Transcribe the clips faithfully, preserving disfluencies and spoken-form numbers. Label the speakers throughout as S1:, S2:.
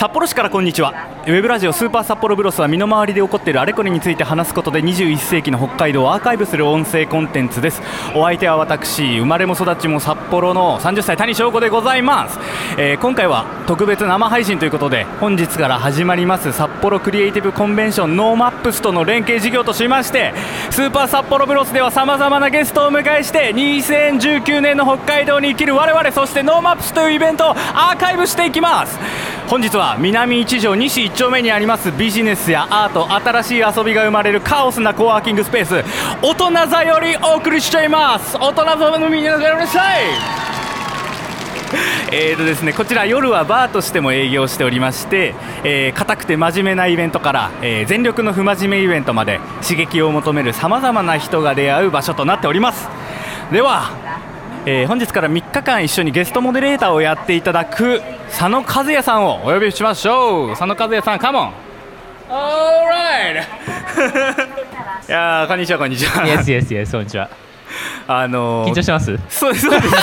S1: 札幌市からこんにちは。ウェブラジオスーパー札幌ブロスは身の回りで起こっているあれこれについて話すことでにじゅういっせいきの北海道をアーカイブする音声コンテンツです。お相手は私、生まれも育ちも札幌のさんじゅっさい谷翔吾でございます。えー、今回は特別生配信ということで、本日から始まります札幌クリエイティブコンベンションノーマップスとの連携事業としまして、スーパー札幌ブロスではさまざまなゲストをお迎えしてにせんじゅうきゅうねんの北海道に生きる我々、そしてノーマップスというイベントをアーカイブしていきます。本日は南一条西いっちょうめにありますビジネスやアート、新しい遊びが生まれるカオスなコワーキングスペース大人座よりお送りしちゃいます。大人座の皆さんいらっしゃい。えーとですね、こちら夜はバーとしても営業しておりまして、えー、硬くて真面目なイベントから、えー、全力の不真面目イベントまで刺激を求めるさまざまな人が出会う場所となっております。では、えー、本日からみっかかん一緒にゲストモデレーターをやっていただく佐野和也さんをお呼びしましょう。佐野和也さん、カモン。オーライいやー、こんにちはこんにちは。
S2: イエスイエスイエス、こんにちは。
S1: あのー、
S2: 緊張してます？
S1: そうですそうですね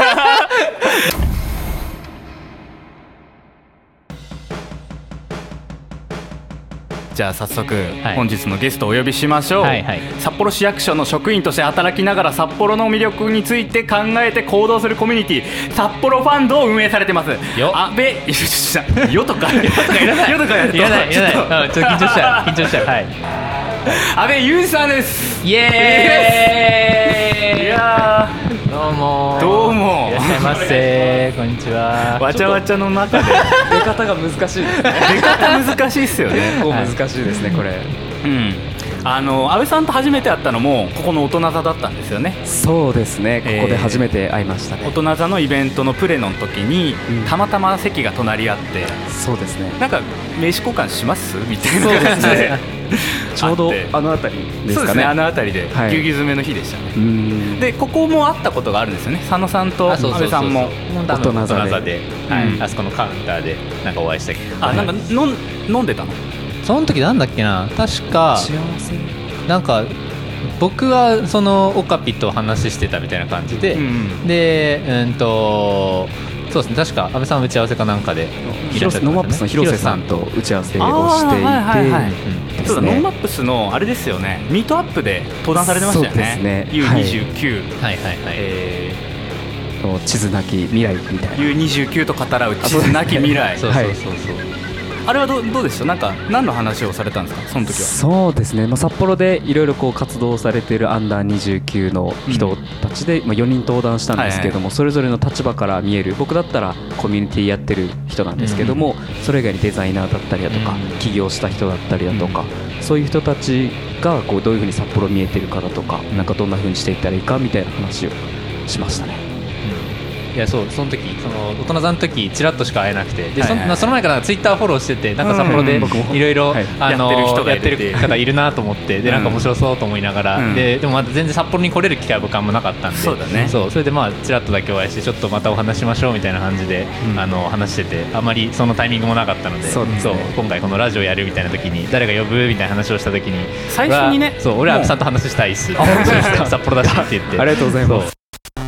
S1: じゃあ早速、はい、本日のゲストをお呼びしましょう、はいはい、札幌市役所の職員として働きながら札幌の魅力について考えて行動するコミュニティ札幌ファンドを運営されてますよ安倍よとかよとかいらないよとかやるといらないいらないちょっと緊張しちゃう緊張しちゃうはい安倍裕二さんです。
S2: イエーイ。
S1: いや
S2: ーどうも
S1: どうも
S2: いらっしゃいませこんにちは。
S1: わちゃわちゃの中で
S3: 出方が難しいですね。
S1: 出方難しいですよね。
S3: 結構難しいですね、これ。
S1: うん、あの安倍さんと初めて会ったのもここの大人座だったんですよね。
S3: そうですね、ここで初めて会いましたね。
S1: えー、大人座のイベントのプレの時に、うん、たまたま席が隣り合って、
S3: そうですね、
S1: なんか名刺交換しますみたいな感じで
S3: ちょうどあの辺りですかね。
S1: そうですね、あの辺りでぎゅうぎゅう詰めの日でしたね。はい、でここも会ったことがあるんですよね。佐野さんと安倍さんも
S2: 大人座で、はい、あそこのカウンターでなんかお会いしたけど、
S1: あ、なんか飲ん飲んでたの？
S2: その時なんだっけな、確かなんか僕はそのオカピと話してたみたいな感じで、うん、でうんとそうですね、確か安倍さん打ち合わせかなんかで
S3: いらっしゃってましたね。ノーマップスの広瀬さんと打ち合わせをしていて、はいはいはい、
S1: そうだ、ノーマップスのあれですよね、ミートアップで登壇されてましたよね。そうですね、ユーにじゅうきゅう、はいはいはいはい、え
S3: ー、地図なき未来みたいな
S1: ユーにじゅうきゅう と語らう地図なき未来
S2: そうそうそうそう、
S1: あれは ど, どうでした？なんか何の話をされたんですか、その時は。
S3: そうですね、まあ、札幌でいろいろ活動されているアンダーにじゅうきゅうの人たちで、うん、まあ、よにん登壇したんですけども、はいはい、それぞれの立場から見える、僕だったらコミュニティやってる人なんですけども、うん、それ以外にデザイナーだったりだとか、うん、起業した人だったりだとか、うん、そういう人たちがこうどういうふうに札幌見えてるかだとか、なんかどんなふうにしていったらいいかみたいな話をしましたね。
S2: いや、そう、その時その大人座の時ちらっとしか会えなくて、で、はいはい、そ, その前からツイッターフォローしてて、なんか札幌でいろいろやってる方いるなと思って、でなんか面白そうと思いながら、うん、で, でもまだ全然札幌に来れる機会は僕あんまなかったんで、
S1: そうだね、
S2: そう、それでまあちらっとだけお会いして、ちょっとまたお話しましょうみたいな感じで、うん、あの話してて、あまりそのタイミングもなかったので、そうですね、そう、今回このラジオやるみたいな時に誰が呼ぶみたいな話をした時に、
S1: 最初にね、
S2: そう、俺は安倍さんと話したいっす、札幌だしって言って
S3: ありがとうございます。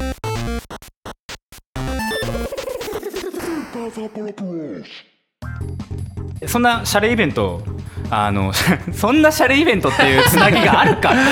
S1: そんなシャレイベント、あのそんなシャレイベントっていうつなぎがあるかはい、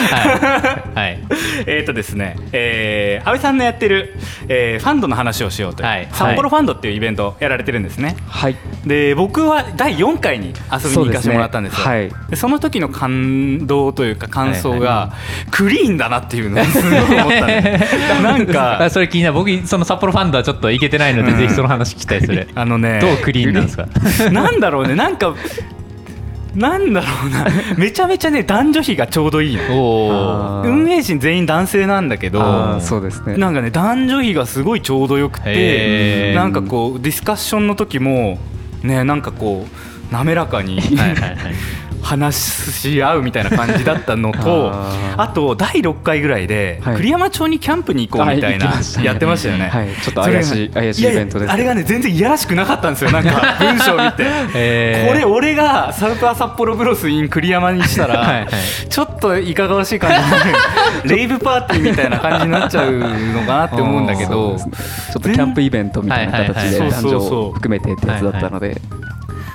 S1: はい、えーとですね、えー、安倍さんのやってる、えー、ファンドの話をしようという、はい、札幌ファンドっていうイベントをやられてるんですね。はい、で僕はだいよんかいに遊びに行かせてもらったんですよ。 そうですね、はい、でその時の感動というか感想が、はいはい、クリーンだなっていうのをすごい思ったんでなんか
S2: それ気になる。僕その札幌ファンドはちょっと行けてないので、うん、ぜひその話聞きたい。それあのね、どうクリーンなんですか
S1: なんだろうね、なんかなんだろうなめちゃめちゃね、男女比がちょうどいいの。運営陣全員男性なんだけど、
S3: そうですね、
S1: なんかね、男女比がすごいちょうどよくて、なんかこうディスカッションの時もね、なんかこう滑らかにはいはい、はい、話し合うみたいな感じだったのとあとだいろっかいぐらいで、はい、栗山町にキャンプに行こうみたいな、ね、やってましたよね、
S3: はい、ちょっと怪しい怪しいイベントです。
S1: あれがね、全然いやらしくなかったんですよ。なんか文章を見てこれ俺がサウパー札幌ブロス in 栗山にしたらはい、はい、ちょっといかがわしい感じになるレイブパーティーみたいな感じになっちゃうのかなって思うんだけど、
S3: ちょっとキャンプイベントみたいな形で男女を含めてってやつだったので、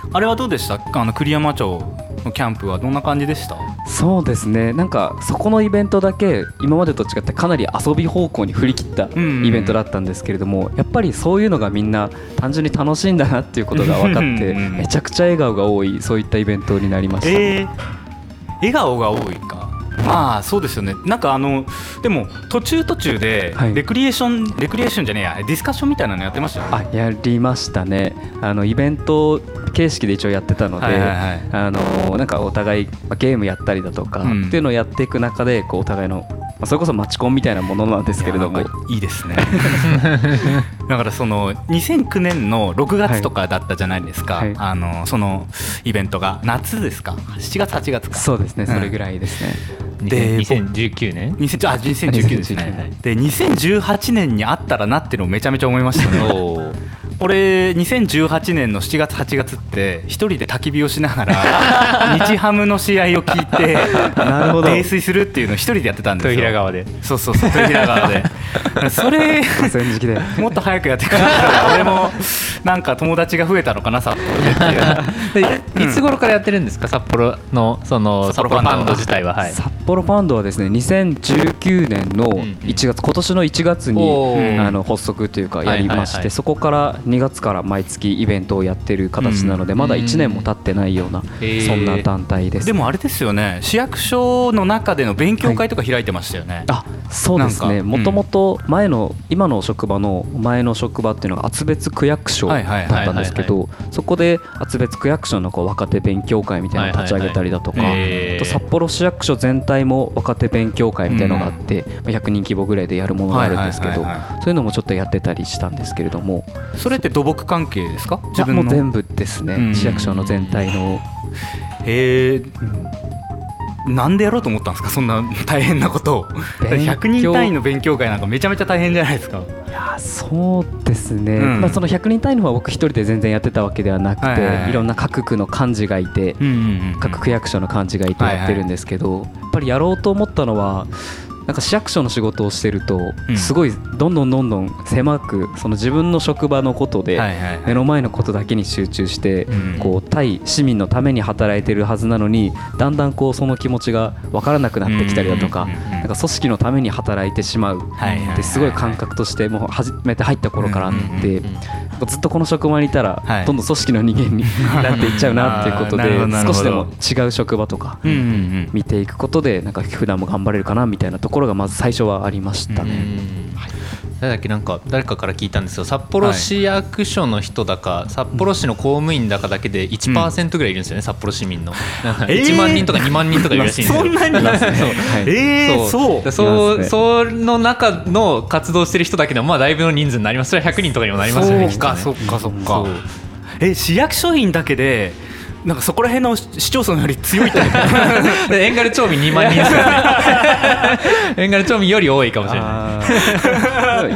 S1: あれはどうでした？あの栗山町のキャンプはどんな感じでした？
S3: そうですね、なんかそこのイベントだけ今までと違ってかなり遊び方向に振り切ったイベントだったんですけれども、やっぱりそういうのがみんな単純に楽しいんだなっていうことが分かってめちゃくちゃ笑顔が多い、そういったイベントになりました。
S1: えー、笑顔が多いか。まあそうですよね。なんかあのでも途中途中でレクリエーション、はい、レクリエーションじゃねえやディスカッションみたいなのやってましたよね。
S3: あ、やりましたね。あのイベント形式で一応やってたので、はいはいはい、あのなんかお互いゲームやったりだとか、うん、っていうのをやっていく中でこうお互いのそれこそマチコンみたいなものなんですけれども、
S1: い, いいですねだからそのにせんきゅうねんのろくがつとかだったじゃないですか、はいはい、あのそのイベントが夏ですか、しちがつはちがつか。
S3: そうですね、それぐらいですね、
S2: うん、でにせんじゅうきゅうねん
S1: にせんじゅうきゅうですね。でにせんじゅうはちねんにあったらなっていうのをめちゃめちゃ思いましたね俺にせんじゅうはちねんのしちがつはちがつって一人で焚き火をしながら日ハムの試合を聞いてなるほど泥酔するっていうのを一人でやってたんですよ。
S2: 豊平川で。
S1: そうそうそう、豊平川でそれもっと早くやってくれたら俺もなんか友達が増えたのかな札幌
S2: でいつ頃からやってるんですか、札幌のその札幌ファンド自体は。はい、
S3: 札幌ファンドはですねにせんじゅうきゅうねんのいちがつ、今年のいちがつにあの発足というかやりまして、そこからにがつから毎月イベントをやってる形なので、まだいちねんも経ってないようなそんな団体です。
S1: でもあれですよね、市役所の中での勉強会とか開いてましたよね。
S3: はい、あ、そうですね。もともと前の今の職場の前の職場っていうのが厚別区役所だったんですけど、そこで厚別区役所のこう若手勉強会みたいなのを立ち上げたりだとか、と札幌市役所全体も若手勉強会みたいなのがあって、ひゃくにん規模ぐらいでやるものがあるんですけど、そういうのもちょっとやってたりしたんですけれども。
S1: それって土木関係ですか？自分の
S3: もう全部ですね、うん、市役所の全体の。
S1: へー、うん、なんでやろうと思ったんですか、そんな大変なことを。ひゃくにん単位の勉強会なんかめちゃめちゃ大変じゃないですか。
S3: いや、そうですね、うん、まあ、そのひゃくにん単位の方は僕一人で全然やってたわけではなくて、はいはいはい、いろんな各区の幹事がいて、うんうんうんうん、各区役所の幹事がいてやってるんですけど、はいはい、やっぱりやろうと思ったのはなんか市役所の仕事をしてるとすごいどんどんどんどん狭くその自分の職場のことで目の前のことだけに集中してこう対市民のために働いてるはずなのに、だんだんこうその気持ちが分からなくなってきたりだとか、なんか組織のために働いてしまうってすごい感覚としてもう初めて入った頃からあって、ずっとこの職場にいたらどんどん組織の人間になっていっちゃうなっていうことで少しでも違う職場とか見ていくことでなんか普段も頑張れるかなみたいなところところがまず最初はありましたね。はい、
S2: 誰だっけ、なんか誰かから聞いたんですけど、札幌市役所の人だか、はい、札幌市の公務員だかだけで いちパーセント ぐらいいるんですよね、うん、札幌市民の。いちまんにんとかにまんにんとかいるらしいんですよ。
S1: そんなにいますね。そう、えー、そう
S2: そう、その中の活動してる人だけでもまあだいぶの人数になります。それはひゃくにんとかにもなりますよね。
S1: そうか、そっかそっか。え、市役所員だけでなんかそこら辺の市町村より強いって
S2: 遠軽町民にまんにんですよね。遠軽町民より多いかもしれない。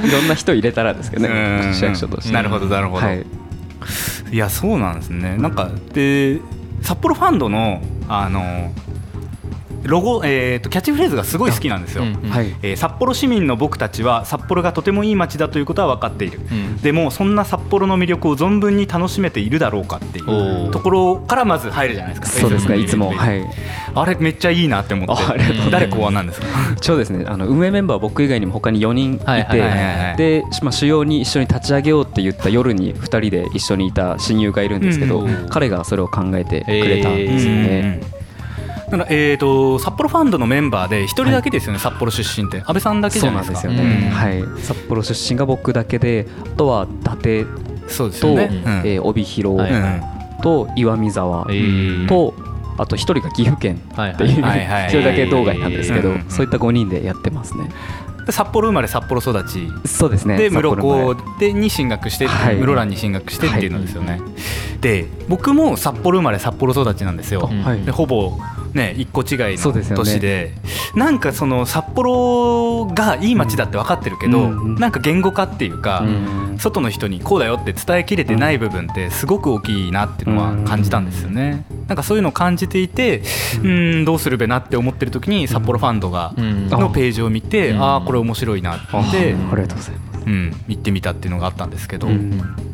S3: いろんな人入れたらですけどね、市役所として。
S1: なるほどなるほど、はい、いやそうなんですね。なんかで札幌ファンドのあのロゴ、えー、とキャッチフレーズがすごい好きなんですよ、うんうん、えー、札幌市民の僕たちは札幌がとてもいい街だということは分かっている、うん、でもそんな札幌の魅力を存分に楽しめているだろうかっていうところからまず入るじゃないですか。
S3: そうですね、いつも、はい、
S1: あれめっちゃいいなって思って。誰考案なんですか？
S3: そうですね、あの運営メンバーは僕以外にも他によにんいて、で、まあ、主要に一緒に立ち上げようって言った夜にふたりで一緒にいた親友がいるんですけど、うん、彼がそれを考えてくれたんですよね、えー
S1: だからえー、と札幌ファンドのメンバーで一人だけですよね、はい、札幌出身って安倍さんだけじゃないですか。
S3: そうなんですよね、うん、はい、札幌出身が僕だけで、あとは伊達と、ね、うん、えー、帯広、はいはい、と岩見沢、うん、とあと一人が岐阜県っていう一人だけ道外なんですけど、そういったごにんでやってますね。
S1: 札幌生まれ札幌育ち。
S3: そうですね。
S1: で室高でに進学して、はい、室蘭に進学してっていうのですよね、はい、で僕も札幌生まれ札幌育ちなんですよ、はい、でほぼね一個違いの年 で, で、ね、なんかその札幌がいい街だって分かってるけど、うん、なんか言語化っていうか、うん、外の人にこうだよって伝えきれてない部分ってすごく大きいなっていうのは感じたんですよね。なんかそういうのを感じていて、うん、うんどうするべなって思ってる時に札幌ファンドがのページを見て、うん、ああこれ面白いなって、
S3: ありがとうございます、
S1: うん、行ってみたっていうのがあったんですけど、うん、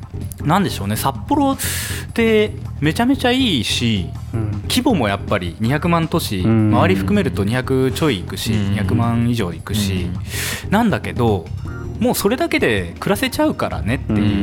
S1: なんでしょうね、札幌ってめちゃめちゃいいし、うん、規模もやっぱりにひゃくまん都市、うん、周り含めるとにひゃくちょいいくし、うん、にひゃくまん以上いくし、うん、なんだけどもうそれだけで暮らせちゃうからねっていう、うんうん、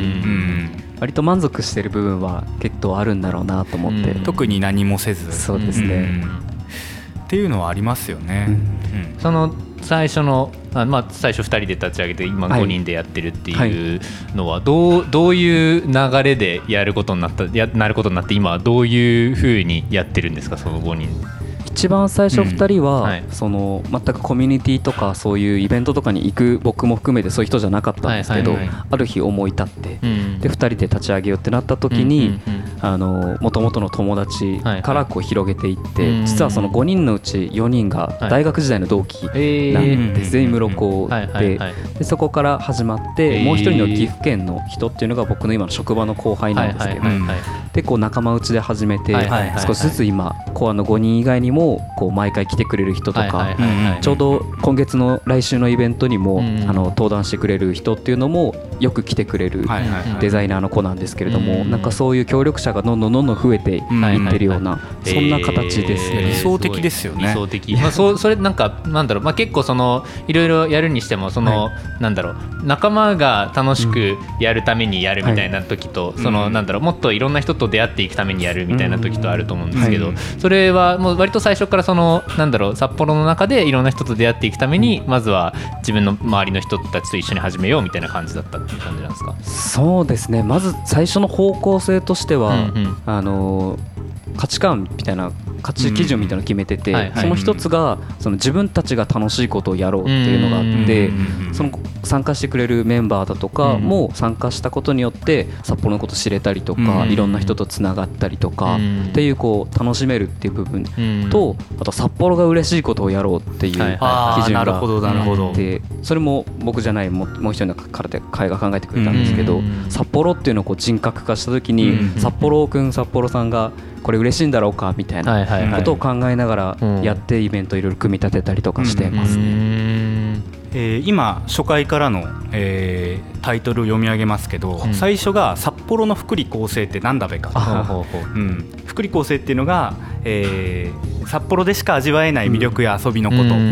S3: 割と満足してる部分は結構あるんだろうなと思って、
S1: うん、特に何もせず、
S3: そうですね、うん、
S1: っていうのはありますよね、うんうん、
S2: その最初のあ、まあ、最初ふたりで立ち上げて今ごにんでやってるっていうのはどう、どういう流れでやることになったやなることになって今はどういうふうにやってるんですか、そのごにん。
S3: 一番最初ふたりは、うんはい、その全くコミュニティとかそういうイベントとかに行く僕も含めてそういう人じゃなかったんですけど、はいはいはい、ある日思い立って、うん、でふたりで立ち上げようってなった時にもともとの友達からこう広げていって、はいはい、実はそのごにんのうちよにんが大学時代の同期なんです、全員室高で、でそこから始まってもう一人の岐阜県の人っていうのが僕の今の職場の後輩なんですけど、はいはいはいはい、でこう仲間内で始めて、はいはいはいはい、少しずつ今コアのごにん以外にもこう毎回来てくれる人とか、はいはいはいはい、ちょうど今月の来週のイベントにも、うん、あの登壇してくれる人っていうのもよく来てくれるデザイナーの子なんですけれども、うん、なんかそういう協力者がどんどんどんどん増えていってるような、うん、そんな形ですね、
S1: えー、理想的ですよね。
S2: 理想的、まあ、そ, それなんかなんだろう、まあ、結構そのいろいろやるにしてもその、はい、なんだろう仲間が楽しくやるためにやるみたいな時と、うん、そのなんだろうもっといろんな人と出会っていくためにやるみたいな時とあると思うんですけど、うんはい、それはもう割と最初からそのなんだろう札幌の中でいろんな人と出会っていくためにまずは自分の周りの人たちと一緒に始めようみたいな感じだったっていう感じなんですか。
S3: そうですね、まず最初の方向性としては、うんうん、あの価値観みたいな価値基準みたいなのを決めてて、うんはいはい、その一つがその自分たちが楽しいことをやろうっていうのがあって、その参加してくれるメンバーだとかも参加したことによって札幌のこと知れたりとか、いろんな人とつながったりとかっていうこう楽しめるっていう部分と、あと札幌が嬉しいことをやろうっていう基準があって、それも僕じゃないもう一人の会が考えてくれたんですけど、札幌っていうのをこう人格化した時に札幌くん札幌さんがこれ嬉しいんだろうかみたいなことを考えながらやってイベントいろいろ組み立てたりとかしてますね、うんうん
S1: えー、今初回からの、えー、タイトルを読み上げますけど、うん、最初が札幌の福利厚生ってなんだべか、うん、福利厚生っていうのが、えー、札幌でしか味わえない魅力や遊びのこと、うんうん、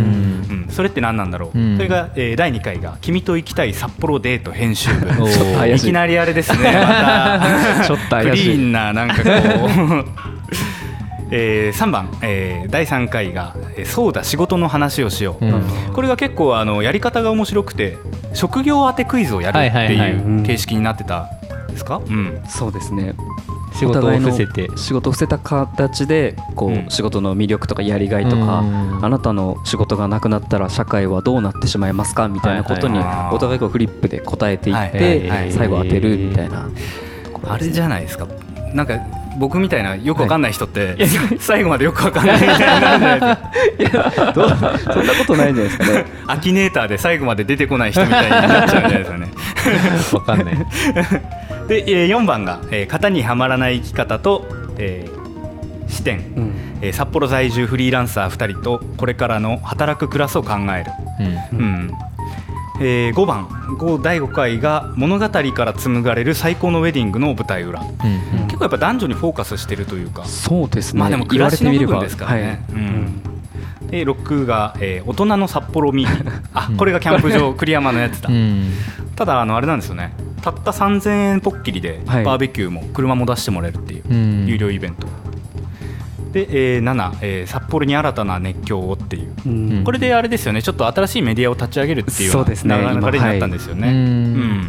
S1: それって何なんだろう、うん、それが、えー、だいにかいが君と行きたい札幌デート編集部いきなりあれですねまたちょっと怪しいクリーンななんかこうえー、さんばん、えー、だいさんかいが、えー、そうだ仕事の話をしよう、うん、これが結構あのやり方が面白くて職業当てクイズをやるっていう形式になってたんですか、うん、
S3: そうですね、
S2: 仕事を伏せて
S3: 仕事を伏せた形でこう、うん、仕事の魅力とかやりがいとか、うん、あなたの仕事がなくなったら社会はどうなってしまいますかみたいなことにお互いこうフリップで答えていって最後当てるみたいな、
S1: あれじゃないですか、なんか僕みたいなよくわかんない人って、はい、最後までよくわかんないみたいになるんじゃないですか
S3: いやどうそんなことないんじゃないですかね
S1: アキネーターで最後まで出てこない人みたいになっちゃうんじゃないですかね
S2: わかんない
S1: でよんばんが、えー、型にはまらない生き方と、えー、視点、うんえー、札幌在住フリーランサーふたりとこれからの働く暮らすを考える、うんうんえー、ごばんだいごかいが物語から紡がれる最高のウェディングの舞台裏、うんうん、結構やっぱ男女にフォーカスしてるというか、
S3: そうですね、
S1: まあでも暮らしの部分ですからね、はいうんでろくが、えー、大人の札幌ミーティングあこれがキャンプ場栗山のやつだ、うん、ただあのあれなんですよね、たったさんぜんえんポッキリでバーベキューも車も出してもらえるっていう有料イベント、で、えー、なな、えー、札幌に新たな熱狂をっていう、うん、これであれですよね、ちょっと新しいメディアを立ち上げるっていう流れになったんですよね、はいうん、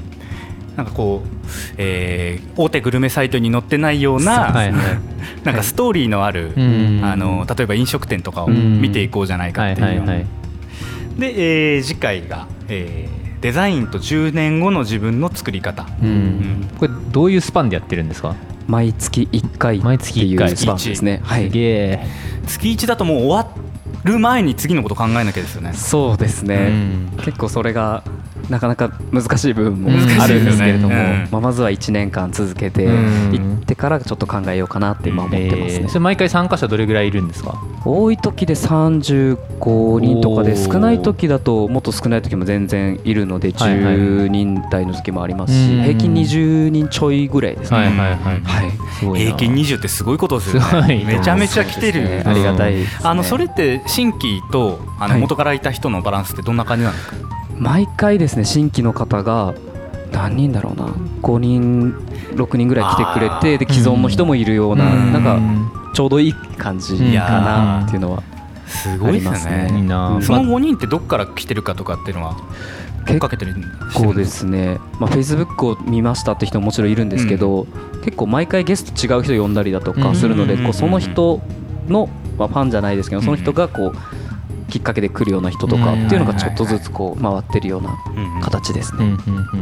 S1: なんかこう、えー、大手グルメサイトに載ってないような、はいはい、なんかストーリーのある、はい、あの例えば飲食店とかを見ていこうじゃないかっていう、はいはいはい、で、えー、次回が、えー、デザインとじゅうねんごの自分の作り方、うんうん、
S2: これどういうスパンでやってるんですか。
S3: 毎月いっかいっていうスパンですね。
S2: はい、すげえ。
S1: 月いちだともう終わる前に次のこと考えなきゃですよね。
S3: そうですね、うん、結構それがなかなか難しい部分もあるんですけれども、ねうんまあ、まずはいちねんかん続けていってからちょっと考えようかなって今思ってますね、
S2: えー、それ毎回参加者どれぐらいいるんですか？
S3: 多い時でさんじゅうごにんとかで、少ない時だともっと少ない時も全然いるのでじゅうにん台の時もありますし、はいはい、平均にじゅうにんちょいぐらいですね、はいはいはいはい、
S1: すごいな。平均にじゅうってすごいことですよね。めちゃめちゃ来てる、
S3: ね、ありがたいですね。
S1: あのそれって新規とあの元からいた人のバランスってどんな感じなんですか？はい、
S3: 毎回ですね、新規の方が何人だろうな、ごにんろくにんぐらい来てくれて、で既存の人もいるような、うん、なんかちょうどいい感じかなっていうのは
S1: すごいですね。いいな。そのごにんってどっから来てるかとかっていうのは追っかけてるんですか？
S3: 結構ですね、まあ、Facebook を見ましたって人ももちろんいるんですけど、うん、結構毎回ゲスト違う人呼んだりだとかするので、こうその人の、まあ、ファンじゃないですけど、その人がこうきっかけで来るような人とかっていうのがちょっとずつこう回ってるような形ですね。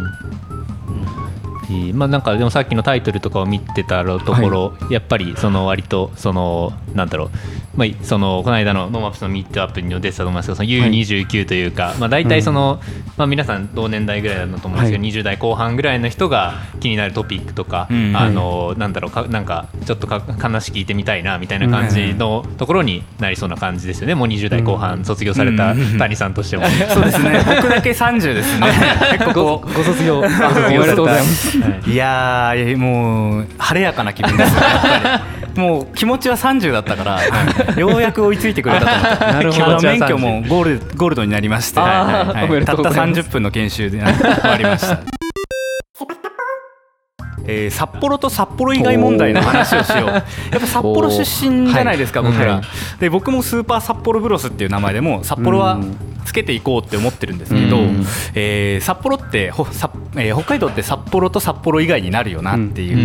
S2: まあ、なんかでもさっきのタイトルとかを見てたところ、はい、やっぱりその割とそのなんだろう、まあ、そのこの間のノーマップスのミットアップにも出てたと思いますけど、その ユーにじゅうきゅう というか、はい、まあ、大体その、うんまあ、皆さん同年代ぐらいだと思うんですけど、はい、にじゅう代後半ぐらいの人が気になるトピックとか、うん、あのなんだろうか、なんかちょっとか話聞いてみたいなみたいな感じのところになりそうな感じですよね。もうにじゅう代後半卒業された谷さんとしても、うん、
S1: そうですね。僕だけさんじゅうですね。
S3: 結構 ご, ご卒業おめでとうございます。
S1: はい、いやもう晴れやかな気分ですね。やっぱりもう気持ちはさんじゅうだったから、はい、ようやく追いついてくれたと思ったなるほど。免許もゴール、ゴールドになりまして、はいはい、たったさんじゅっぷんの研修で終わりました。えー、札幌と札幌以外問題の話をしよう。やっぱ札幌出身じゃないですか、僕ら、はい、で僕もスーパー札幌ブロスっていう名前でも札幌はつけていこうって思ってるんですけど、えー、札幌ってほさ、えー、北海道って札幌と札幌以外になるよなっていう、うん、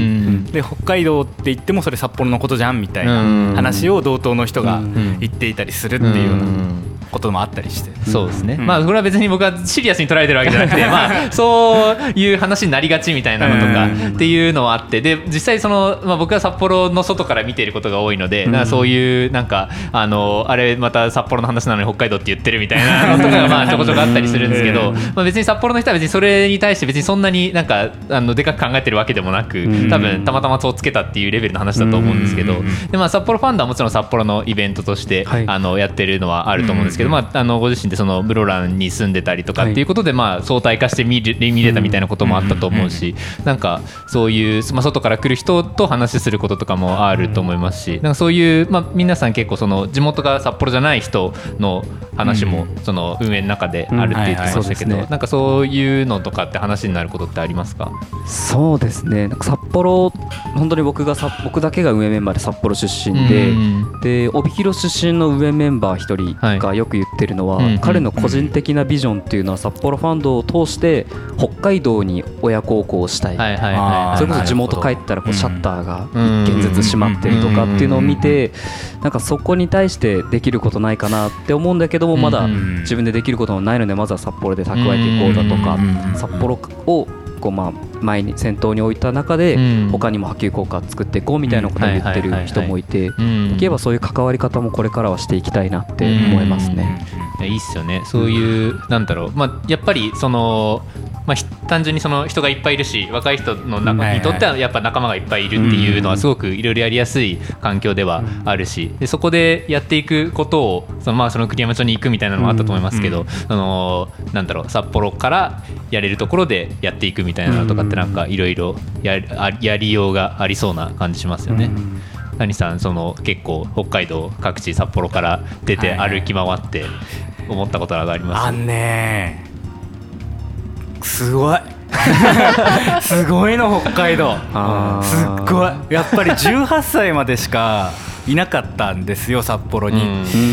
S1: で北海道って言ってもそれ札幌のことじゃんみたいな話を同等の人が言っていたりするっていうようなこともあったりして、
S2: そうですね、うん、まあこれは別に僕はシリアスに捉えてるわけじゃなくてまあそういう話になりがちみたいなのとかっていうのはあって、で実際その、まあ、僕は札幌の外から見ていることが多いので、なんかそういうなんかあのあれまた札幌の話なのに北海道って言ってるみたいなのとかがまあちょこちょこあったりするんですけど、まあ別に札幌の人は別にそれに対して別にそんなになんかあのでかく考えてるわけでもなく、多分たまたまそうつけたっていうレベルの話だと思うんですけど、でまあ札幌ファンドはもちろん札幌のイベントとして、はい、あのやってるのはあると思うんですけど、まあ、あのご自身でその室蘭に住んでたりとかっていうことで、まあ相対化して見れ、見れたみたいなこともあったと思うし、なんかそういう、まあ、外から来る人と話することとかもあると思いますし、なんかそういう、まあ、皆さん結構その地元が札幌じゃない人の話もその運営の中であるって言ってましたけど、なんかそういうのとかって話になることってありますか？
S3: そうですね、なんか札幌本当に僕が僕だけが運営メンバーで札幌出身で、で帯広出身の運営メンバー一人がよく言ってるのは、はい、彼の個人的なビジョンっていうのは札幌ファンドを通して北海道に親孝行をしたい、はいはいはい、それこそ地元帰ったらこうシャッターがいっけんずつ閉まってるとかっていうのを見て、なんかそこに対してできることないかなって思うんだけども、まだ自分でできることもないので、まずは札幌で蓄えていこうだとか、札幌をこうまあ前に先頭に置いた中で他にも波及効果を作っていこうみたいなことを言ってる人もいて、できればそういう関わり方もこれからはしていきたいなって思いますね。
S2: いいっすよね、そういうなんだろう、まあ、やっぱりその、まあ、単純にその人がいっぱいいるし、若い人の中にとってはやっぱ仲間がいっぱいいるっていうのはすごくいろいろやりやすい環境ではあるし、でそこでやっていくことをその、まあ、その栗山町に行くみたいなのもあったと思いますけど、あのなんだろう、札幌からやれるところでやっていくみたいなのとかってなんかいろいろやりようがありそうな感じしますよね。谷さん、その結構北海道各地札幌から出て歩き回って思ったことがあります？
S1: あんねー、すごいすごいの北海道、すっごいやっぱりじゅうはっさいまでしかいなかったんですよ、札幌に、うんうん、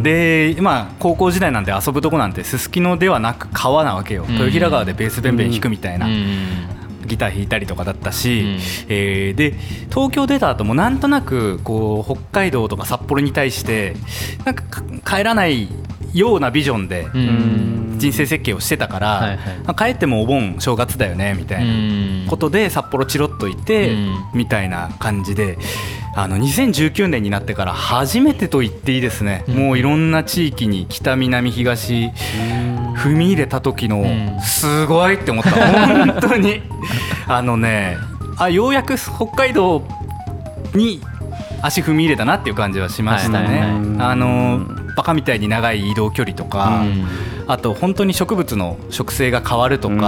S1: で、まあ、高校時代なんで遊ぶとこなんてすすきのではなく川なわけよ、豊平川でベースベンベン弾くみたいな、うんうん、ギター弾いたりとかだったし、うん、えー、で東京出た後もなんとなくこう北海道とか札幌に対してなんか帰らないようなビジョンで人生設計をしてたから、はいはい、まあ、帰ってもお盆正月だよねみたいなことで札幌チロッといてみたいな感じで、 あのにせんじゅうきゅうねんになってから初めてと言っていいですね、うん、もういろんな地域に北南東踏み入れた時のすごいって思った本当にあのねあようやく北海道に足踏み入れたなっていう感じはしましたね、はいはいはい、あのバカみたいに長い移動距離とか、うん、あと本当に植物の植生が変わるとか、うんうん、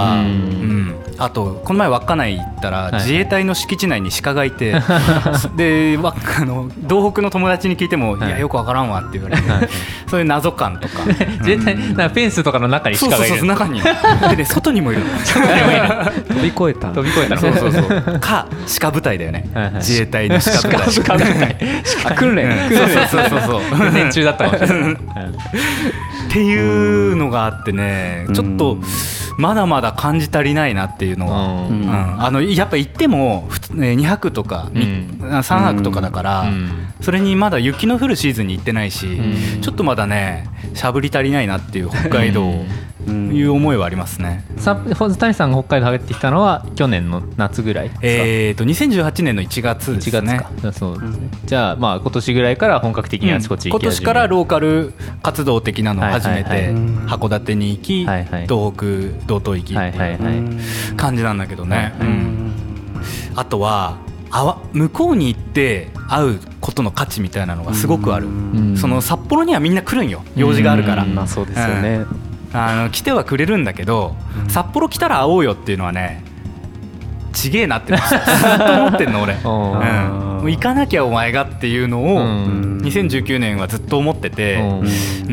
S1: あとこの前稚内行ったら自衛隊の敷地内に鹿がいて、はい、であの道北の友達に聞いても、はい、いやよくわからんわって言われて、はい、そういう謎感とか
S2: 自衛隊、うん、なんかフェンスとかの中に鹿がいる、
S1: そうそうそう中にで、ね、外にもいる
S3: 飛び越えた
S2: 飛び越えたの
S1: そうそうそうか鹿部隊だよね、はいはい、自衛隊の鹿部隊
S2: 鹿部隊訓練、
S1: うん、そうそうそうそう
S2: 訓練中だったかもしれない
S1: っていうのがあってね、ちょっとまだまだ感じ足りないなっていうのは、うんうん、あのやっぱ行ってもにはくとか、うん、さんはくとかだから、うん、それにまだ雪の降るシーズンに行ってないし、うん、ちょっとまだねしゃぶり足りないなっていう北海道いう思いはありますね。
S2: さ谷さんが北海道入ってきたのは去年の夏ぐらいですか？
S1: えーとにせんじゅうはちねんのいちがつですね。
S2: いちがつか。そうですね。じゃあまあ今年ぐらいから本格的にあちこち行き始め、うん、
S1: 今年からローカル活動的なのを始めて、はいはいはい、函館に行き、はいはい、東北道東行きっていう感じなんだけどね、うん、あとはあわ向こうに行って会うことの価値みたいなのがすごくある。その札幌にはみんな来るんよ、用事があるから。
S3: まあそうですよね、
S1: うん、あの来てはくれるんだけど、札幌来たら会おうよっていうのはねちげえなってずっと思ってんの俺、うん、もう行かなきゃお前がっていうのをにせんじゅうきゅうねんはずっと思ってて、うん、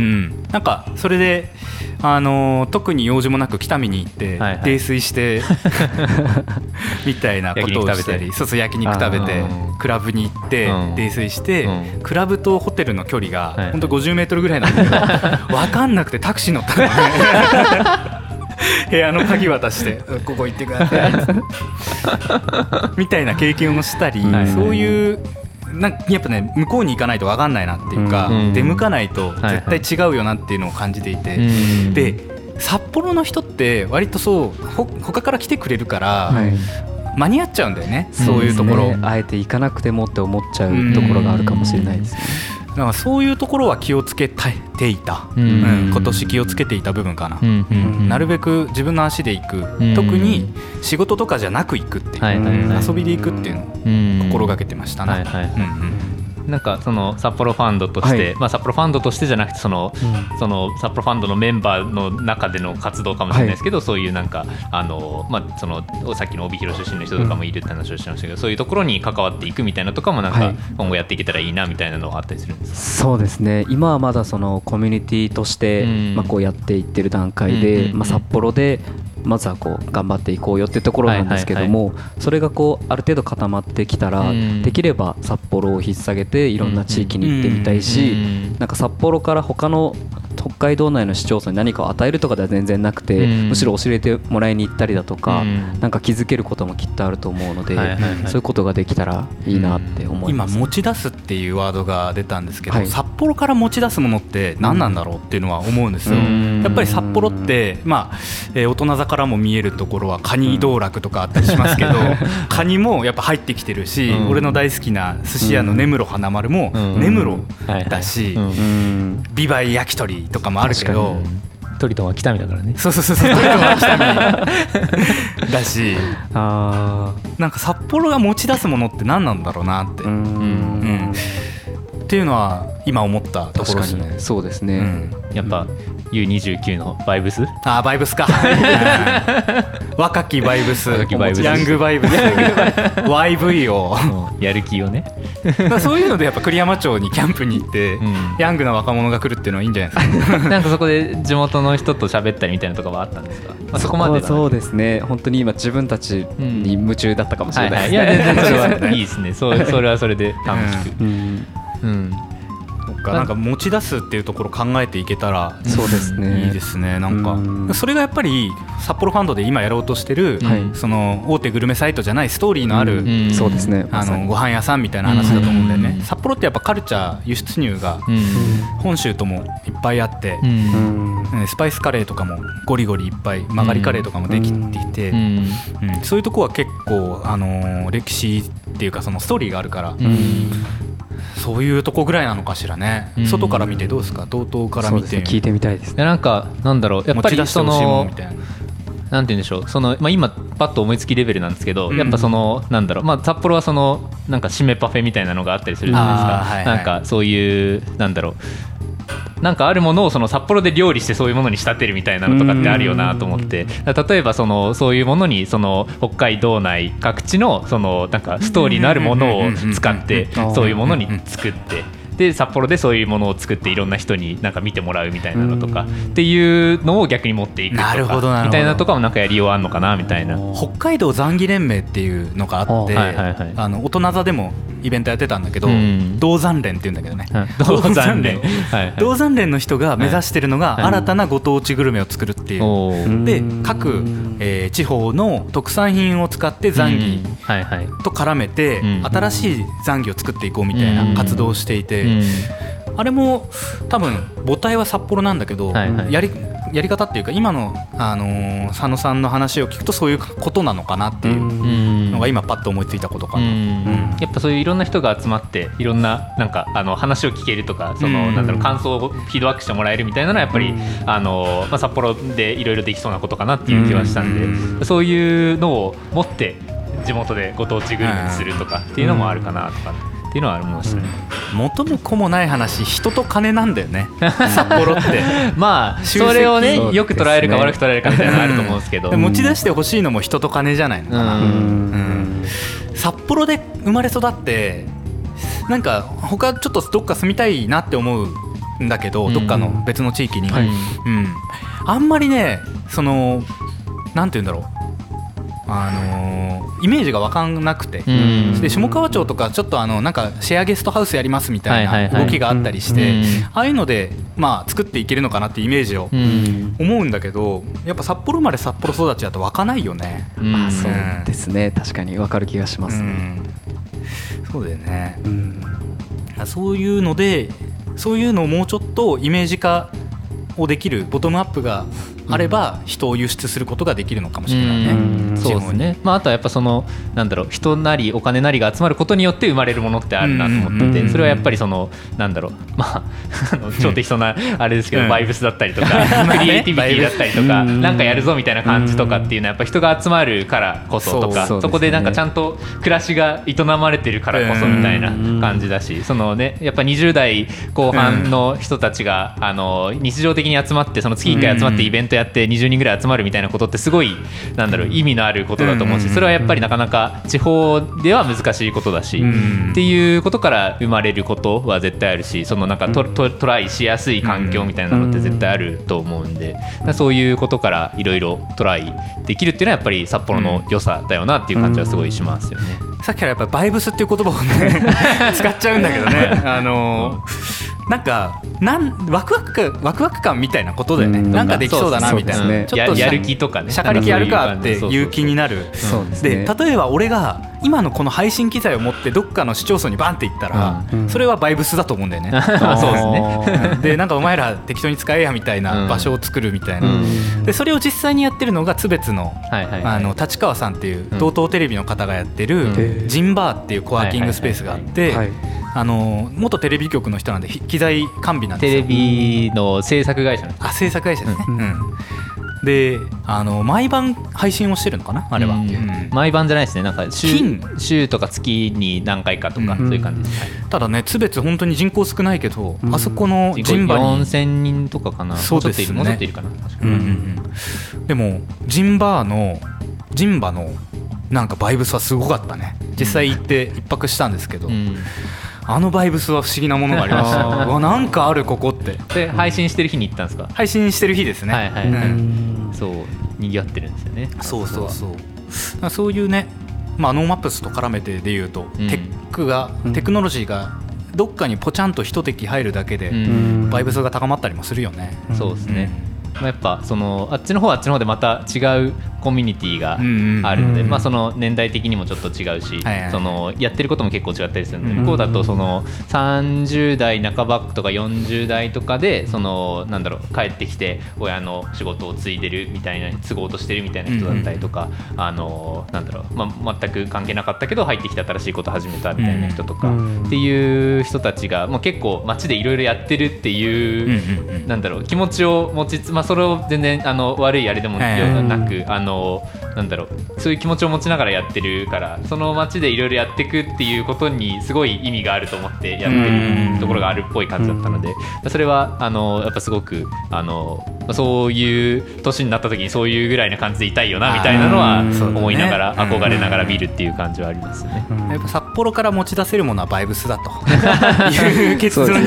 S1: なんかそれであのー、特に用事もなく北見に行って、はいはい、泥酔してみたいなことをしたり、そうそう焼肉食べてクラブに行って泥酔して、うん、クラブとホテルの距離が本当ごじゅうメートルぐらいなんだけど、分かんなくてタクシー乗ったのね部屋の鍵渡してここ行ってくださいみたいな経験をしたり、はいはい、そういうなんかやっぱね向こうに行かないと分かんないなっていうか、うん、出向かないと絶対違うよなっていうのを感じていて、はいはい、で札幌の人って割とそうほ他から来てくれるから、はい、間に合っちゃうんだよね、そういうところ、
S3: ね、あえて行かなくてもって思っちゃうところがあるかもしれないですね。
S1: だからそういうところは気をつけていた、うんうん、今年気をつけていた部分かな、うんうん、なるべく自分の足で行く、うん、特に仕事とかじゃなく行くっていう、はいはいはい、遊びで行くっていうのを心がけてましたね、はいはいうんうん
S2: なんかその札幌ファンドとして、はいまあ、札幌ファンドとしてじゃなくてその、うん、その札幌ファンドのメンバーの中での活動かもしれないですけど、はい、そういうなんかあの、まあ、そのさっきの帯広出身の人とかもいるって話をしてましたけど、うん、そういうところに関わっていくみたいなとかもなんか今後やっていけたらいいなみたいなのはあったりするんですか？
S3: そうですね、今はまだそのコミュニティとして、うんまあ、こうやっていってる段階で、うんうんうんまあ、札幌でまずはこう頑張っていこうよってところなんですけども、はいはいはい、それがこうある程度固まってきたら、うん、できれば札幌を引っ提げていろんな地域に行ってみたいし、うん、なんか札幌から他の北海道内の市町村に何かを与えるとかでは全然なくて、うん、むしろ教えてもらいに行ったりだとか、うん、なんか気づけることもきっとあると思うので、はいはいはい、そういうことができたらいいなって思います、
S1: うん、今持ち出すっていうワードが出たんですけど、はい、札幌から持ち出すものって何なんだろうっていうのは思うんですよ、うん、やっぱり札幌って、まあえー、大人座からも見えるところはカニ道楽とかあったりしますけど、うん、カニもやっぱ入ってきてるし、うん、俺の大好きな寿司屋の根室花丸も根室だし、ビバイ焼き鳥とかもあるけど、
S2: トリトンは北見だからね。
S1: そうそうそうそう、トリトンは北見だし、あなんか札幌が持ち出すものって何なんだろうなって、うん、うん、っていうのは今思ったところですね。
S3: そうですね、うん、
S2: やっぱ ユーにじゅうきゅう のバイブス、
S1: あーバイブスか若きバイブス、
S2: 若きバイブス、
S1: ヤングバイブスワイブイ を
S2: やる気をね
S1: そういうのでやっぱ栗山町にキャンプに行って、うん、ヤングな若者が来るっていうのはいいんじゃないですか
S2: なんかそこで地元の人と喋ったりみたいなとかはあったんですか？まあ、そこまで
S3: そそうですね、本当に今自分たちに夢中だったかもしれないですね、
S2: うんはいはい、いや全然それはいいですねそ, それはそれで楽しく、うん、うん
S1: なんか持ち出すっていうところ考えていけたら
S3: そうですね、
S1: いいですね。なんかうんそれがやっぱり札幌ファンドで今やろうとしてる、はい、その大手グルメサイトじゃないストーリーのある、うん、
S3: そうですね、
S1: あのご飯屋さんみたいな話だと思うんだよね、うん、札幌ってやっぱカルチャー輸出入が本州ともいっぱいあって、うん、スパイスカレーとかもゴリゴリいっぱい曲がりカレーとかもできていて、うんうん、そういうとこは結構、あのー、歴史っていうかそのストーリーがあるから、うん、そういうとこぐらいなのかしらね、うん、外から見てどうですか、道東から見て。
S3: そうですね、聞いてみたいですね。
S2: なんかなんだろう、やっぱりそのなんて言うんでしょう、その、まあ、今パッと思いつきレベルなんですけど、うん、やっぱそのなんだろう、まあ、札幌はそのなんか締めパフェみたいなのがあったりするじゃないですか、はいはい、なんかそういうなんだろう、なんかあるものをその札幌で料理してそういうものに仕立てるみたいなのとかってあるよなと思って、例えばそのそういうものにその北海道内各地のそのなんかストーリーのあるものを使ってそういうものに作って、で札幌でそういうものを作っていろんな人になんか見てもらうみたいなのとかっていうのを逆に持っていくとかみたいなとかもなんかやりようあんのかなみたいな。
S1: 北海道残儀連盟っていうのがあって、はいはいはい、あの大人座でもイベントやってたんだけど、銅山連っていうんだけどね、
S2: 銅山連
S1: 銅山連の人が目指してるのが新たなご当地グルメを作るっていう、で各、えー、地方の特産品を使って残儀と絡めて新しい残儀を作っていこうみたいな活動をしていて、あれも多分母体は札幌なんだけど、はいはい、やりやり方っていうか今の、あのー、佐野さんの話を聞くとそういうことなのかなっていうのが今パッと思いついたことかな。うん、
S2: やっぱそういういろんな人が集まっていろんな、なんかあの話を聞けるとか、そのなんだろう、感想をフィードバックしてもらえるみたいなのはやっぱり、あのーまあ、札幌でいろいろできそうなことかなっていう気はしたんで、そういうのを持って地元でご当地グルメにするとかっていうのもあるかなとかっていうのはありましたね。
S1: 元も子もない話、人と金なんだよね札幌って
S2: まあそれをねよく捉えるか悪く捉えるかみたいなのがあると思うんですけど、
S1: 持ち出してほしいのも人と金じゃないのかな。うんうん、札幌で生まれ育ってなんか他ちょっとどっか住みたいなって思うんだけど、どっかの別の地域に、はい、うん、あんまりね、そのなんて言うんだろう、あのー、イメージが分かんなくて、で下川町とかちょっとあのなんかシェアゲストハウスやりますみたいな動きがあったりして、ああいうのでまあ作っていけるのかなっていうイメージを思うんだけど、やっぱ札幌生まれ札幌育ちだと湧かないよね。
S3: まあそうですね、確かに分かる気がしますね。
S1: うん、そうだよね、うん、そういうのでそういうのをもうちょっとイメージ化をできるボトムアップがあれば人を輸出することができるのかもしれないね。うん、
S2: そうですね。まあ、あとはやっぱそのなんだろう、人なりお金なりが集まることによって生まれるものってあるなと思ってて、それはやっぱりそのなんだろう、まああの超適当なあれですけど、バイブスだったりとかクリエイティビティだったりとか、なんかやるぞみたいな感じとかっていうのはやっぱ人が集まるからこそとか、そこでなんかちゃんと暮らしが営まれてるからこそみたいな感じだし、そのねやっぱにじゅう代後半の人たちがあの日常的に集まって、その月いっかい集まってイベントやってにじゅうにんぐらい集まるみたいなことってすごいなんだろう、意味のあることだと思うし、それはやっぱりなかなか地方では難しいことだし、っていうことから生まれることは絶対あるし、そのなんかト, ト, トライしやすい環境みたいなのって絶対あると思うんで、そういうことからいろいろトライできるっていうのはやっぱり札幌の良さだよなっていう感じはすごいしますよね。
S1: さっきからやっぱりバイブスっていう言葉をね使っちゃうんだけどね、あのー、なんかなんワクワクかワクワク感みたいなことだよね。なんかできそうだなみたいな、ね、ちょっと
S2: や, やる気とかね、
S1: シャカリキやるかっていう気になる。で例えば俺が今のこの配信機材を持ってどっかの市町村にバンって行ったら、うん、それはバイブスだと思うんだよね。
S2: そうですね。
S1: でなんかお前ら適当に使えやみたいな場所を作るみたいな、うん、でそれを実際にやってるのが津別の、はいはいはい、あの立川さんっていう道東テレビの方がやってる、うん、ジンバーっていうコワーキングスペースがあって、あの元テレビ局の人なんで機材完備なんですよ。
S2: テレビの制作会社なんです。
S1: あ、制作会社ですね、うんうん、であの毎晩配信をしてるのかなあれは、うんうん、
S2: 毎晩じゃないですね、なんか 週, 週とか月に何回かとか、うん、そういう感じです、はい、
S1: ただね津別本当に人口少ないけど、うん、あそこのジンバに
S2: よんせんにんとかかな。
S1: そうですね、
S2: もうちょっといるかな、
S1: うんうんうん、でもジンバーのジンバのなんかバイブスはすごかったね。実際行って一泊したんですけど、うん、あのバイブスは不思議なものがありました。うわなんかあるここって。
S2: で配信してる日に行ったんですか？
S1: 配信してる日ですね。
S2: はいはいはい、うん、そう賑わってるんですよね。
S1: そうそうそう。そういうね、まあノーマップスと絡めてでいうと、うん、テックがテクノロジーがどっかにポチャンと一滴入るだけで、うん、バイブスが高まったりもするよね。
S2: そうですね。うん、やっぱそのあっちの方はあっちの方でまた違うコミュニティがあるので、まあ、その年代的にもちょっと違うし、そのやってることも結構違ったりするので、向こうだとそのさんじゅう代半ばとかよんじゅう代とかでそのなんだろう帰ってきて親の仕事を継いでるみたいな継ごうとしてるみたいな人だったりとか、あのなんだろう、まあ、全く関係なかったけど入ってきて新しいこと始めたみたいな人とかっていう人たちがもう結構街でいろいろやってるっていうなんだろう気持ちを持ちつ、まあ、それを全然あの悪いあれでもなく、あのなんだろうそういう気持ちを持ちながらやってるから、その街でいろいろやっていくっていうことにすごい意味があると思ってやってるところがあるっぽい感じだったので、それはあのやっぱすごくあのそういう年になった時にそういうぐらいな感じでいたいよなみたいなのは思いながら、憧れながら見るっていう感じはありますね。
S1: やっぱ札幌から持ち出せるものはバイブスだという結論に。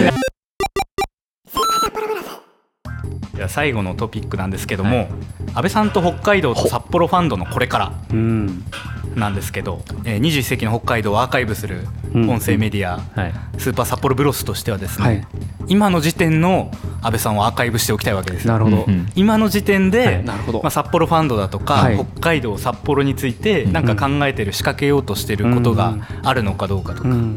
S1: じゃあ最後のトピックなんですけども、はい、安倍さんと北海道と札幌ファンドのこれからなんですけど、えー、にじゅういっ世紀の北海道をアーカイブする音声メディア、うんはい、スーパー札幌ブロスとしてはですね、はい、今の時点の安倍さんをアーカイブしておきたいわけです。
S3: なるほど。
S1: 今の時点で、はい、なるほど、まあ、札幌ファンドだとか、はい、北海道札幌について何か考えてる、仕掛けようとしてることがあるのかどうかとか、うんうんうん、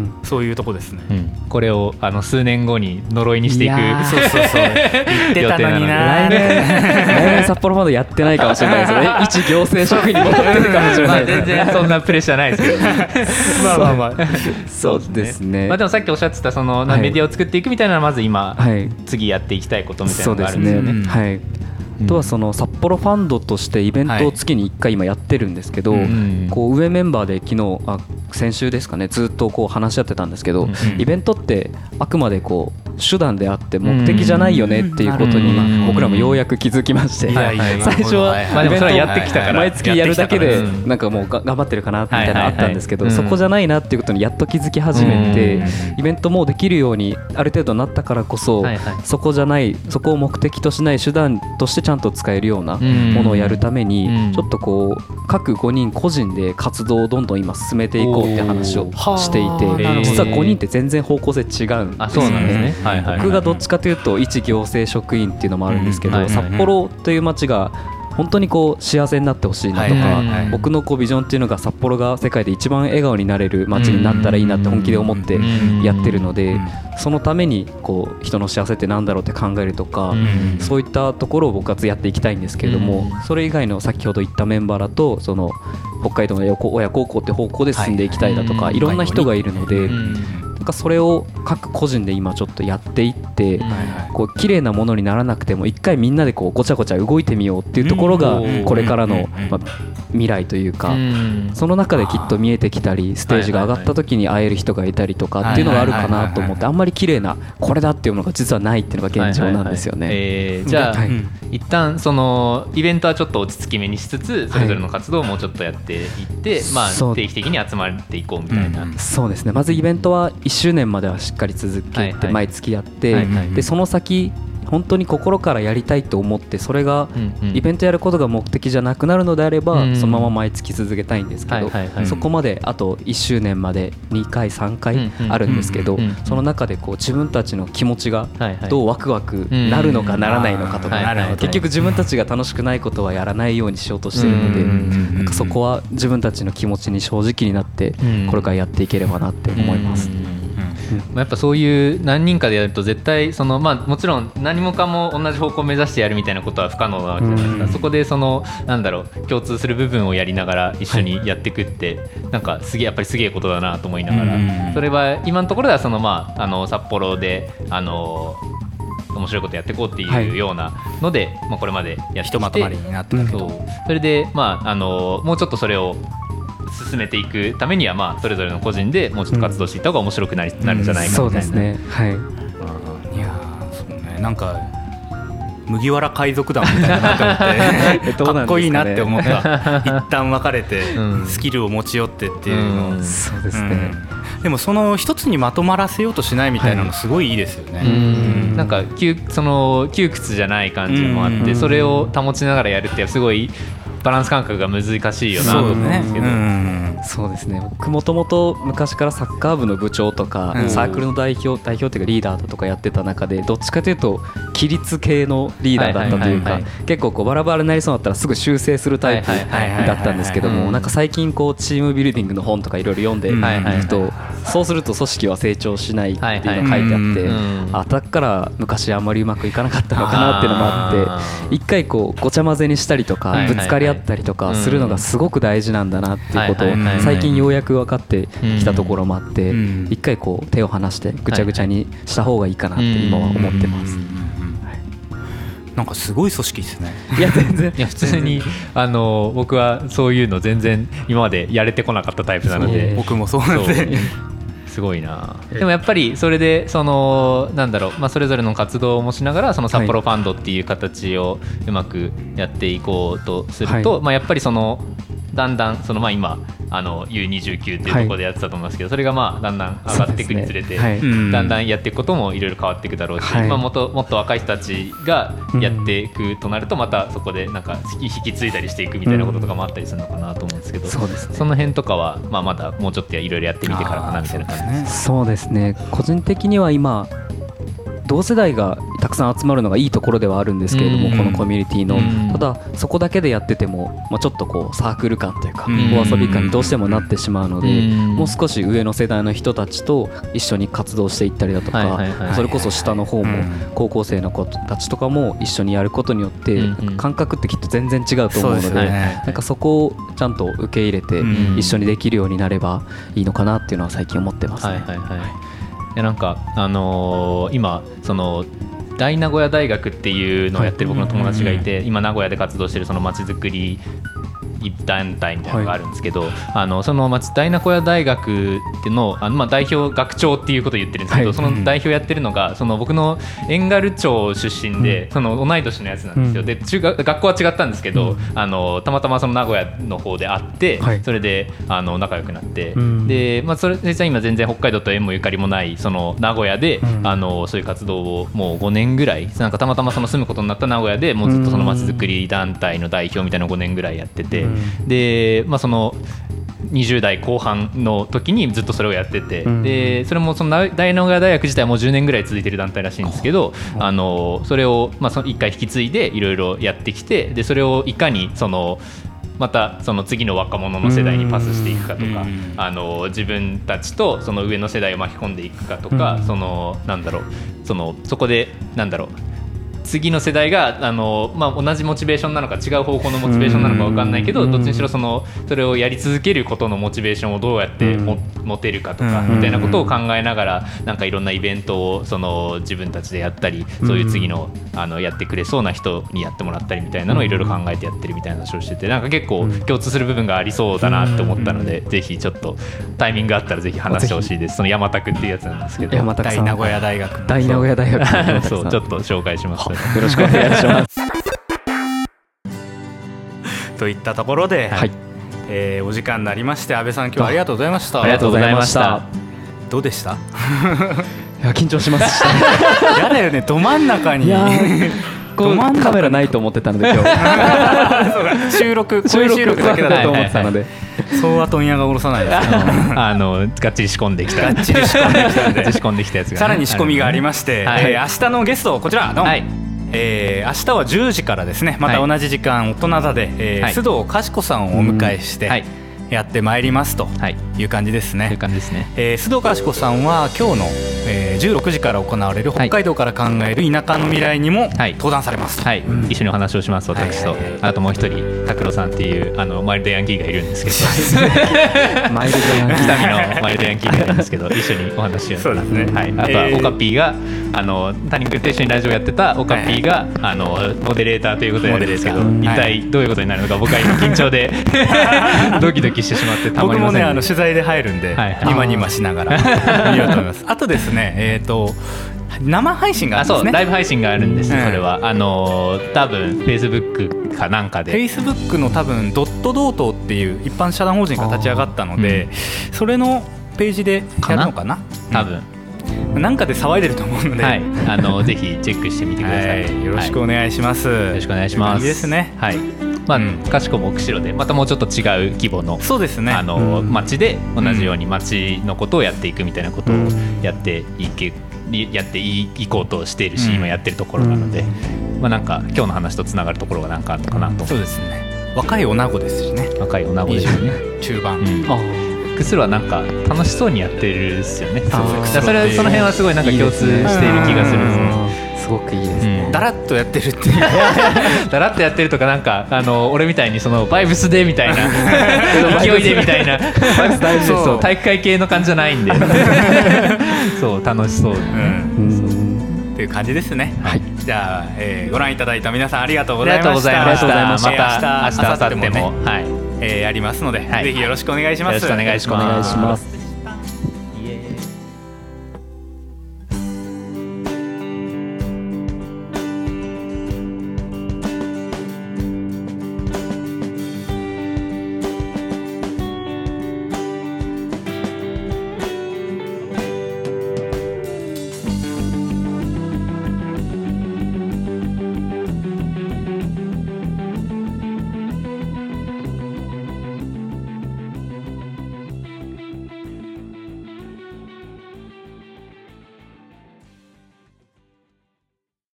S1: そういうとこですね、うん、
S2: これをあの数年後に呪いにしていく。
S1: そうそうそう言ってたのにな。
S3: 来年来年札幌ファンドやってないかもしれないですよね。一行政職員に戻ってるかもしれないです、ね、
S2: まあ、全然そんなプレッシャーないですけど、ね、
S3: まあまあまあそうですね。
S2: まあ、でもさっきおっしゃってたその、はい、メディアを作っていくみたいなのはまず今、はい、次やっていきたいことみたいなのがあるんですよね。そうですね、はい。あとはその札幌ファンドとしてイベントを月にいっかい今やってるんですけど、はい、こう上メンバーで昨日あ先週ですかねずっとこう話し合ってたんですけど、うん、イベントってあくまでこう手段であって目的じゃないよねっていうことに僕らもようやく気づきまして、最初はイベントを毎月やるだけでなんかもう頑張ってるかなみたいなのあったんですけど、そこじゃないなっていうことにやっと気づき始めて、イベントもできるようにある程度なったからこそ、そこじゃないそこを目的としない手段としてちゃんと使えるようなものをやるためにちょっとこう各ごにん個人で活動をどんどん今進めていこうって話をしていて、実はごにんって全然方向性違うんですよね。僕がどっちかというと一行政職員っていうのもあるんですけど、札幌という街が本当にこう幸せになってほしいなとか、僕のこうビジョンっていうのが札幌が世界で一番笑顔になれる街になったらいいなって本気で思ってやってるので、そのためにこう人の幸せってなんだろうって考えるとか、そういったところを僕はやっていきたいんですけれども、それ以外の先ほど言ったメンバーだとその北海道の親孝行って方向で進んでいきたいだとか、いろんな人がいるので、なんかそれを各個人で今ちょっとやっていって、こう綺麗なものにならなくても一回みんなでこうごちゃごちゃ動いてみようっていうところがこれからのまあ未来というか、その中できっと見えてきたりステージが上がった時に会える人がいたりとかっていうのがあるかなと思って、あんまり綺麗なこれだっていうのが実はないっていうのが現状なんですよね。 じゃあ一旦そのイベントはちょっと落ち着きめにしつつ、それぞれの活動をもうちょっとやっていって、まあ定期的に集まっていこうみたいな。
S3: そうですね。まずイベントはいっしゅうねんまではしっかり続けて毎月やって、でその先本当に心からやりたいと思ってそれがイベントやることが目的じゃなくなるのであればそのまま毎月続けたいんですけど、そこまであといっしゅうねんまでにかいさんかいあるんですけど、その中でこう自分たちの気持ちがどうワクワクなるのかならないのかとか、結局自分たちが楽しくないことはやらないようにしようとしているので、なんかそこは自分たちの気持ちに正直になってこれからやっていければなって思います。
S2: やっぱそういう何人かでやると絶対その、まあ、もちろん何もかも同じ方向を目指してやるみたいなことは不可能なわけじゃないですか。そこでそのなんだろう共通する部分をやりながら一緒にやっていくって、はい、なんかすげえやっぱりすげえことだなと思いながら、それは今のところではその、まあ、あの札幌であの面白いことやっていこうっていうようなので、はい、まあ、これまでやってきてひと
S1: まとまりになってたけど、
S2: それで、まあ、あのもうちょっとそれを進めていくためには、まあ、それぞれの個人でもうちょっと活動していった方が面白くなり、うん、なるんじゃないかみたいな、うん、そうですね、
S3: はい、
S1: いやそうね、なんか麦わら海賊団みたいなと思ってかっこいいなって思った。一旦別れてスキルを持ち寄ってっていうの、うん、
S3: そうですね、
S1: うん、でもその一つにまとまらせようとしないみたいなのすごいいいですよね、はい、うん、
S2: なんか窮その窮屈じゃない感じもあって、それを保ちながらやるってすごいバランス感覚が難しいよなと思うんですけど、ね、うん、
S3: そうですね、僕もともと昔からサッカー部の部長とか、うん、サークルの代表代表というかリーダーとかやってた中で、どっちかというと規律系のリーダーだったというか、結構こうバラバラになりそうだったらすぐ修正するタイプだったんですけども、なんか最近こうチームビルディングの本とかいろいろ読んでいくと、そうすると組織は成長しないっていうのが書いてあって、あ、だから昔あんまりうまくいかなかったのかなっていうのもあって、一回こうごちゃ混ぜにしたりとかぶつかり合ったりとかするのがすごく大事なんだなっていうことを最近ようやく分かってきたところもあって、一回こう手を離してぐちゃぐちゃにした方がいいかなって今は思ってます。
S1: なんかすごい組織ですね。
S2: いや全然いや普通にあの僕はそういうの全然今までやれてこなかったタイプなので、
S1: 僕もそうなんで。
S2: すごいな。でもやっぱりそれでそのなんだろう、まあ、それぞれの活動もしながらその札幌ファンドっていう形をうまくやっていこうとすると、はい、まあ、やっぱりそのだんだんそのまあ今あの ユーにじゅうきゅう っていうところでやってたと思いますけど、それがまあだんだん上がっていくにつれて、はい、だんだんやっていくこともいろいろ変わっていくだろうし、はい、まあ、もっともっと若い人たちがやっていくとなるとまたそこでなんか引き継いだりしていくみたいなこととかもあったりするのかなと思うんですけど、そうですね、その辺とかはまあまだもうちょっといろいろやってみてからかなみたいな感じです。
S3: そうですね、個人的には今同世代がたくさん集まるのがいいところではあるんですけれども、このコミュニティの、ただそこだけでやってても、まあ、ちょっとこうサークル感というかお遊び感にどうしてもなってしまうので、もう少し上の世代の人たちと一緒に活動していったりだとか、それこそ下の方も高校生の子たちとかも一緒にやることによって感覚ってきっと全然違うと思うので、なんかそこをちゃんと受け入れて一緒にできるようになればいいのかなっていうのは最近思ってますね。
S2: いやなんかあのー、今その大名古屋大学っていうのをやってる僕の友達がいて、今名古屋で活動してるそのまちづくり団体みたいなのがあるんですけど、はい、あのその大名古屋大学の、あのまあ代表学長っていうことを言ってるんですけど、はい、その代表やってるのがその僕の遠軽町出身で、うん、その同い年のやつなんですよ、うん、で中学、学校は違ったんですけど、うん、あのたまたまその名古屋の方で会って、はい、それであの仲良くなって、うん、で、まあ、それ実は今全然北海道と縁もゆかりもないその名古屋で、うん、あのそういう活動をもうごねんぐらいなんかたまたまその住むことになった名古屋でもうずっとそのまちづくり団体の代表みたいなのをごねんぐらいやってて、うん、で、まあ、そのにじゅう代後半の時にずっとそれをやってて、うん、でそれもその大名古屋大学自体はもうじゅうねんぐらい続いてる団体らしいんですけど、あのそれをまあそのいっかい引き継いでいろいろやってきて、でそれをいかにそのまたその次の若者の世代にパスしていくかとか、あの自分たちとその上の世代を巻き込んでいくかとか、そのなんだろうそのそこでなんだろう次の世代があの、まあ、同じモチベーションなのか違う方向のモチベーションなのか分かんないけど、どっちにしろ そのそれをやり続けることのモチベーションをどうやっても持てるかとかみたいなことを考えながら、なんかいろんなイベントをその自分たちでやったり、そういう次の、あのやってくれそうな人にやってもらったりみたいなのをいろいろ考えてやってるみたいな話をしてて、なんか結構共通する部分がありそうだなって思ったので、ぜひちょっとタイミングがあったらぜひ話してほしいです。その山田君っていうやつなんですけど、
S3: 山田
S1: 大名古屋大学
S3: 大名古屋大学
S2: そうちょっと紹介します。
S3: よろしくお願いします
S1: といったところで、はい、えー、お時間になりまして、安倍さん今日はありがとうございました。
S2: ありがとうございました。
S1: どうでした？
S3: いや緊張しました
S1: やだよね、ど真ん中に
S3: こうカメラないと思ってたので今日
S1: 収録声収録だけだと思ってたので、そうは問屋が下ろさないです
S2: あのがっちり仕込んできた
S1: がっちり仕込んできたんで
S2: 仕込んできたやつが、ね、
S1: さらに仕込みがありまして、はい、えー、明日のゲストこちら、はい、えー、明日はじゅうじからですね、また同じ時間、はい、大人座で、えーはい、須藤かしこさんをお迎えしてやってまいりますという感じですね。
S2: という感じですね。
S1: えー、須藤かしこさんは今日の、えー、じゅうろくじから行われる北海道から考える田舎の未来にも登壇されます。
S2: はい、はい、一緒にお話をします。私と、はいはいはい、あともう一人拓郎さんっていうあのマイルドヤンキーがいるんですけど
S3: マイルドヤンキー
S2: 北見のマイルドヤンキーがいるんですけど一緒にお話を
S1: そうですね、
S2: はい、あとはオカピーがあの谷君と一緒にラジオやってたオカピーが、はい、あのモデレーターということでやるんですけど、一体どういうことになるのか僕は今緊張でドキドキしてしまってたまりません。
S1: 僕もねあの取材で入るんで、はい、ニマニマしながら見ようと思います。あとですね、えーと生配信があるんですね。
S2: あ、そう、ライブ配信があるんです、うん、それはあの多分 Facebook かなんかで
S1: Facebook の多分ドット道東っていう一般社団法人が立ち上がったので、うん、それのページでやるのかな
S2: 多分、
S1: うん、なんかで騒いでると思うので、
S2: はい、あのぜひチェックしてみてください、
S1: はい、よろしくお願いします、はい、
S2: よろしくお願いします。
S1: いいですね。
S2: はい。 まあ、
S1: うん、
S2: 賢も釧路でまたもうちょっと違う規模の
S1: そうですね、
S2: あの、うん、町で同じように町のことをやっていくみたいなことをやっていけ、やっていこうとしているし、うん、今やってるところなので、まあ、なんか今日の話とつながるところがなんかあるのかなと。
S1: そうですね、若い女子ですしね。
S2: 若い女子ですよね、
S1: 中盤、うん、
S2: あ釧路はなんか楽しそうにやってるっすよね。
S1: そう
S2: それその辺はすごいなんか共通している気がするんですね。
S3: すごくいいですね、
S1: うん、だらっとやってるっていう
S2: だらっとやってるとか、なんかあの俺みたいにそのバイブスでみたいな勢いでみたいなそう体育会系の感じじゃないんでそう楽しそう、うん
S1: うん、っていう感じですね。はい、じゃあ、えー、ご覧いただいた皆さんありがとうございました。
S2: ありがとうございました。また明日明後日も、
S1: はい、えー、やりますので、はい、ぜひよろしくお願いします。
S2: よろしくお願いします。